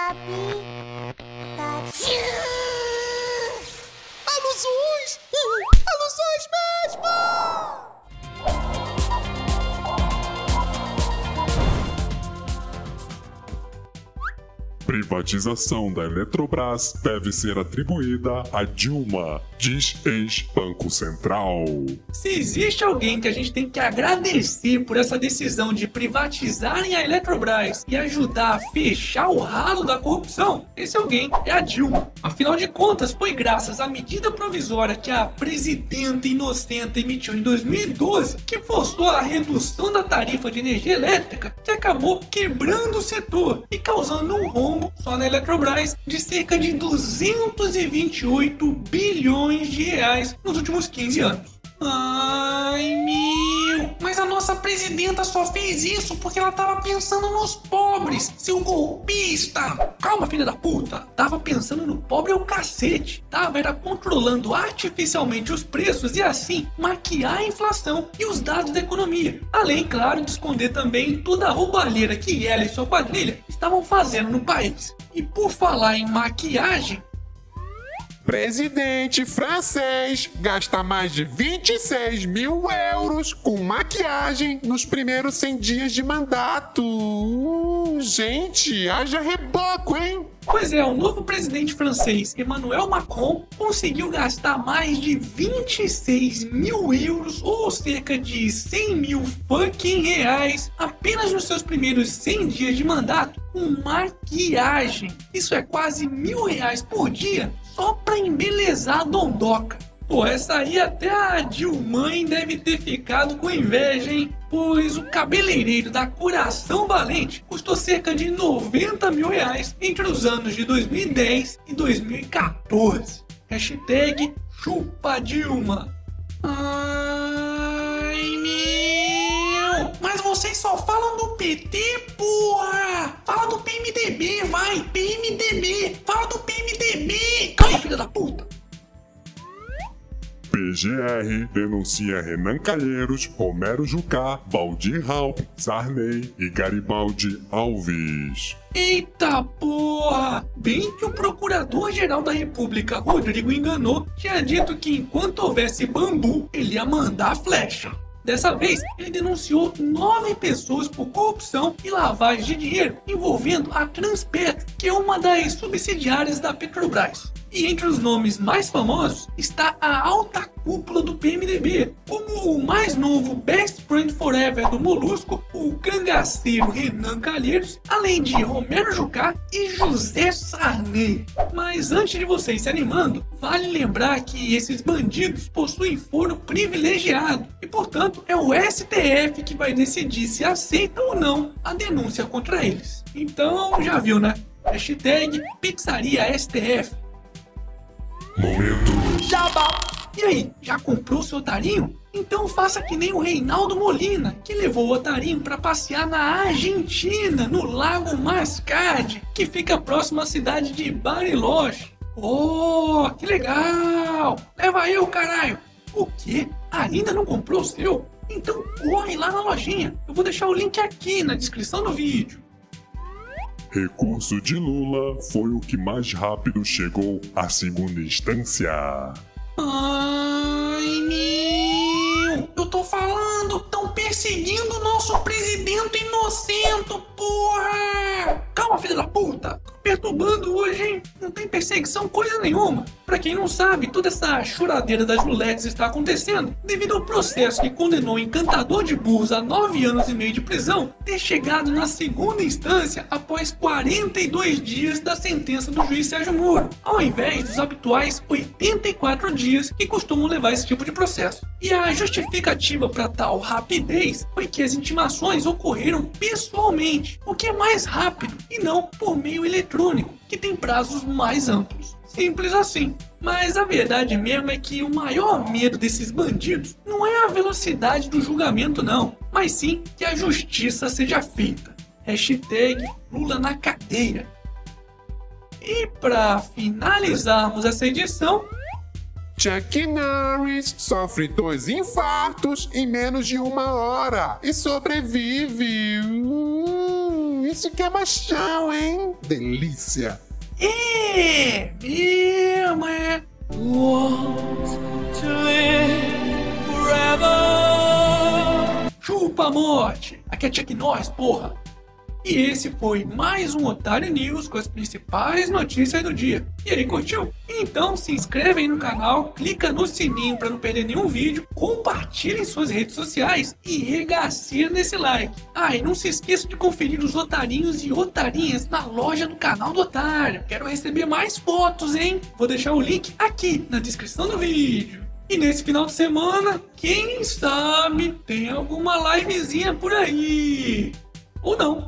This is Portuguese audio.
Alusões! Alusões mesmo! Privatização da Eletrobras deve ser atribuída a Dilma, diz ex-Banco Central. Se existe alguém que a gente tem que agradecer por essa decisão de privatizarem a Eletrobras e ajudar a fechar o ralo da corrupção, esse alguém é a Dilma. Afinal de contas, foi graças à medida provisória que a presidenta inocente emitiu em 2012 que forçou a redução da tarifa de energia elétrica que acabou quebrando o setor e causando um rombo só na Eletrobras de cerca de 228 bilhões de reais nos últimos 15 anos. Ai, meu! Mas a nossa presidenta só fez isso porque ela tava pensando nos pobres, seu golpista! Calma, filha da puta! Tava pensando no pobre é o cacete! Era controlando artificialmente os preços e assim maquiar a inflação e os dados da economia. Além, claro, de esconder também toda a roubalheira que ela e sua quadrilha estavam fazendo no país. E por falar em maquiagem, presidente francês gasta mais de 26 mil euros com maquiagem nos primeiros 100 dias de mandato. Gente, haja reboco, hein? Pois é, o novo presidente francês, Emmanuel Macron, conseguiu gastar mais de 26 mil euros, ou cerca de 100 mil fucking reais, apenas nos seus primeiros 100 dias de mandato, com maquiagem. Isso é quase R$ 1.000 por dia, só pra embelezar a dondoca. Pô, essa aí até a Dilmãe deve ter ficado com inveja, hein? Pois o cabeleireiro da Coração Valente custou cerca de R$ 90 mil entre os anos de 2010 e 2014. Hashtag chupa Dilma. Ai, meu! Mas vocês só falam do PT, porra! Fala do PMDB, vai! PMDB! Fala do PMDB! Calma, filha da puta! PGR denuncia Renan Calheiros, Romero Jucá, Valdir Raup, Sarney e Garibaldi Alves. Eita porra! Bem que o Procurador-Geral da República, Rodrigo Enganou, tinha dito que enquanto houvesse bambu, ele ia mandar flecha. Dessa vez, ele denunciou 9 pessoas por corrupção e lavagem de dinheiro envolvendo a Transpetro, que é uma das subsidiárias da Petrobras. E entre os nomes mais famosos está a alta cúpula do PMDB, como o mais novo Best Friend Forever do Molusco, o cangaceiro Renan Calheiros, além de Romero Jucá e José Sarney. Mas antes de vocês se animando, vale lembrar que esses bandidos possuem foro privilegiado e, portanto, é o STF que vai decidir se aceita ou não a denúncia contra eles. Então, já viu, né? Hashtag Pizzaria STF. Momento Jabá! E aí, já comprou seu otarinho? Então faça que nem o Reinaldo Molina, que levou o otarinho para passear na Argentina, no Lago Mascade, que fica próximo à cidade de Bariloche. Oh, que legal! Leva eu, caralho! O quê? Ainda não comprou o seu? Então corre lá na lojinha. Eu vou deixar o link aqui na descrição do vídeo. Recurso de Lula foi o que mais rápido chegou à segunda instância. Ai, meu! Eu tô falando! Tão perseguindo o nosso presidente inocente, porra! Calma, filha da puta! Tô perturbando hoje, hein? Não tem perseguição coisa nenhuma. Pra quem não sabe, toda essa choradeira das Luletes está acontecendo devido ao processo que condenou o encantador de burros a 9 anos e meio de prisão ter chegado na segunda instância após 42 dias da sentença do juiz Sérgio Moro, ao invés dos habituais 84 dias que costumam levar esse tipo de processo. E a justificativa para tal rapidez foi que as intimações ocorreram pessoalmente, o que é mais rápido e não por meio eletrônico, que tem prazos mais amplos. Simples assim. Mas a verdade mesmo é que o maior medo desses bandidos não é a velocidade do julgamento não, mas sim que a justiça seja feita. Hashtag Lula na cadeia. E para finalizarmos essa edição, Chuck Norris sofre 2 infartos em menos de 1 hora e sobrevive. isso que é machão, hein? Delícia. É, mesmo, é. Chupa a morte! Aqui é Chuck Norris, porra! E esse foi mais um Otário News com as principais notícias do dia. E aí, curtiu? Então se inscreve aí no canal, clica no sininho para não perder nenhum vídeo, compartilha em suas redes sociais e regacia nesse like. Ah, e não se esqueça de conferir os otarinhos e otarinhas na loja do canal do Otário. Quero receber mais fotos, hein? Vou deixar o link aqui na descrição do vídeo. E nesse final de semana, quem sabe tem alguma livezinha por aí. Ou não.